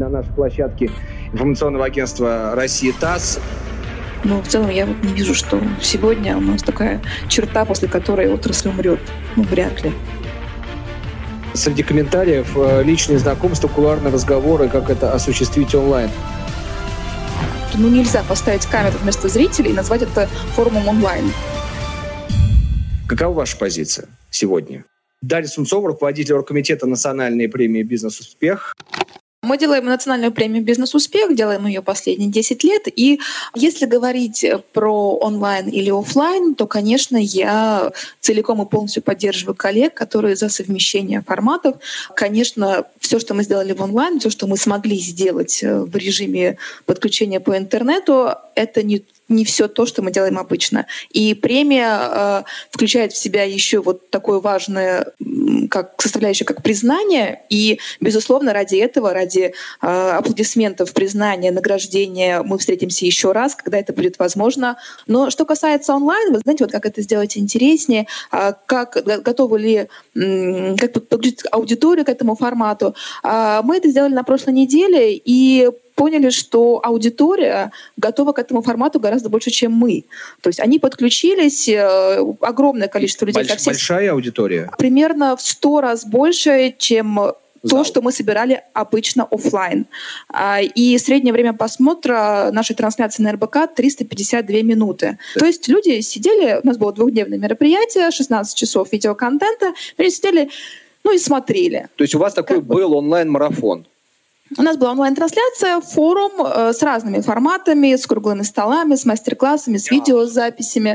на нашей площадке информационного агентства «Россия ТАСС». Но в целом я вот не вижу, что сегодня у нас такая черта, после которой отрасль умрет. Ну, вряд ли. Среди комментариев личные знакомства, кулуарные разговоры, как это осуществить онлайн. Ну, нельзя поставить камеру вместо зрителей и назвать это форумом онлайн. Какова ваша позиция сегодня? Дарья Сунцова, руководитель оргкомитета национальной премии «Бизнес-успех». Мы делаем национальную премию «Бизнес-успех», делаем ее последние 10 лет. И если говорить про онлайн или офлайн, то, конечно, я целиком и полностью поддерживаю коллег, которые за совмещение форматов. Конечно, все, что мы сделали в онлайн, все, что мы смогли сделать в режиме подключения по интернету, это не все то, что мы делаем обычно. И премия включает в себя еще вот такое важное как составляющее, как признание. И, безусловно, ради этого, ради аплодисментов, признания, награждения мы встретимся еще раз, когда это будет возможно. Но что касается онлайн, вы знаете, вот как это сделать интереснее, как готовы ли, как подключить аудиторию к этому формату. Мы это сделали на прошлой неделе и поняли, что аудитория готова к этому формату гораздо больше, чем мы. То есть они подключились, огромное количество людей. Большая аудитория? Примерно в 100 раз больше, чем то, что мы собирали обычно офлайн. И среднее время просмотра нашей трансляции на РБК 352 минуты. То есть люди сидели, у нас было 2-дневное мероприятие, 16 часов видеоконтента, люди сидели, и смотрели. То есть у вас такой был онлайн-марафон? У нас была онлайн-трансляция, форум с разными форматами, с круглыми столами, с мастер-классами, с видеозаписями.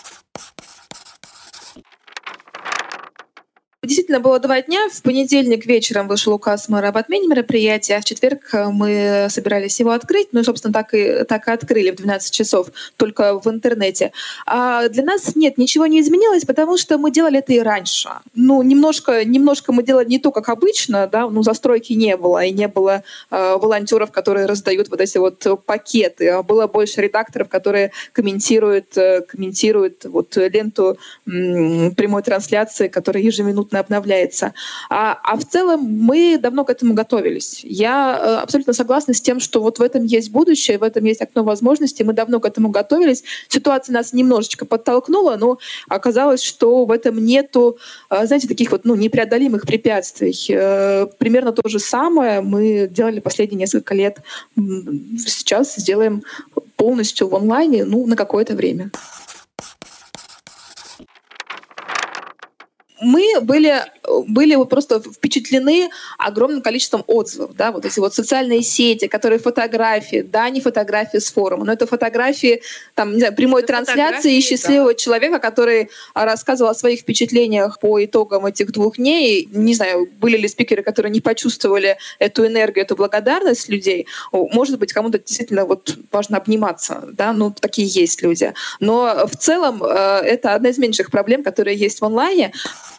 Действительно, было 2 дня. В понедельник вечером вышел указ мэра об отмене мероприятия, а в четверг мы собирались его открыть. Ну и, собственно, так и открыли в 12 часов, только в интернете. А для нас нет, ничего не изменилось, потому что мы делали это и раньше. Немножко мы делали не то, как обычно, да, застройки не было, и не было волонтеров, которые раздают вот эти вот пакеты, а было больше редакторов, которые комментируют вот ленту прямой трансляции, которая ежеминутно обновляется. А в целом мы давно к этому готовились. Я абсолютно согласна с тем, что вот в этом есть будущее, в этом есть окно возможностей. Мы давно к этому готовились. Ситуация нас немножечко подтолкнула, но оказалось, что в этом нету, знаете, таких вот непреодолимых препятствий. Примерно то же самое мы делали последние несколько лет. Сейчас сделаем полностью в онлайне, на какое-то время. Мы были вот просто впечатлены огромным количеством отзывов, да, вот эти вот социальные сети, которые фотографии, да, не фотографии с форума, но это фотографии, прямой трансляции и счастливого человека, который рассказывал о своих впечатлениях по итогам этих 2 дней. Не знаю, были ли спикеры, которые не почувствовали эту энергию, эту благодарность людей. Может быть, кому-то действительно вот важно обниматься, да, такие есть люди. Но в целом это одна из меньших проблем, которые есть в онлайне.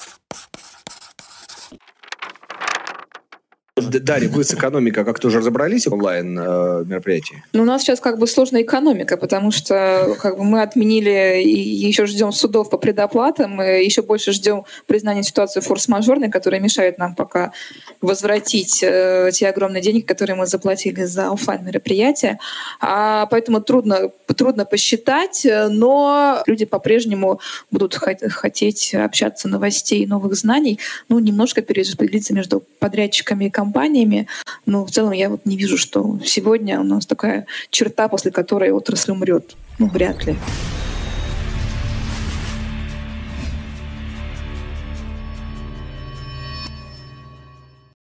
Дарья, вы с экономикой как-то уже разобрались в онлайн-мероприятии? У нас сейчас сложная экономика, потому что мы отменили и еще ждем судов по предоплатам, и еще больше ждем признания ситуации форс-мажорной, которая мешает нам пока возвратить те огромные деньги, которые мы заплатили за офлайн-мероприятия. Поэтому трудно посчитать, но люди по-прежнему будут хотеть общаться, новостей, новых знаний, немножко перераспределиться между подрядчиками и компаниями. Но в целом я вот не вижу, что сегодня у нас такая черта, после которой отрасль умрет. Вряд ли.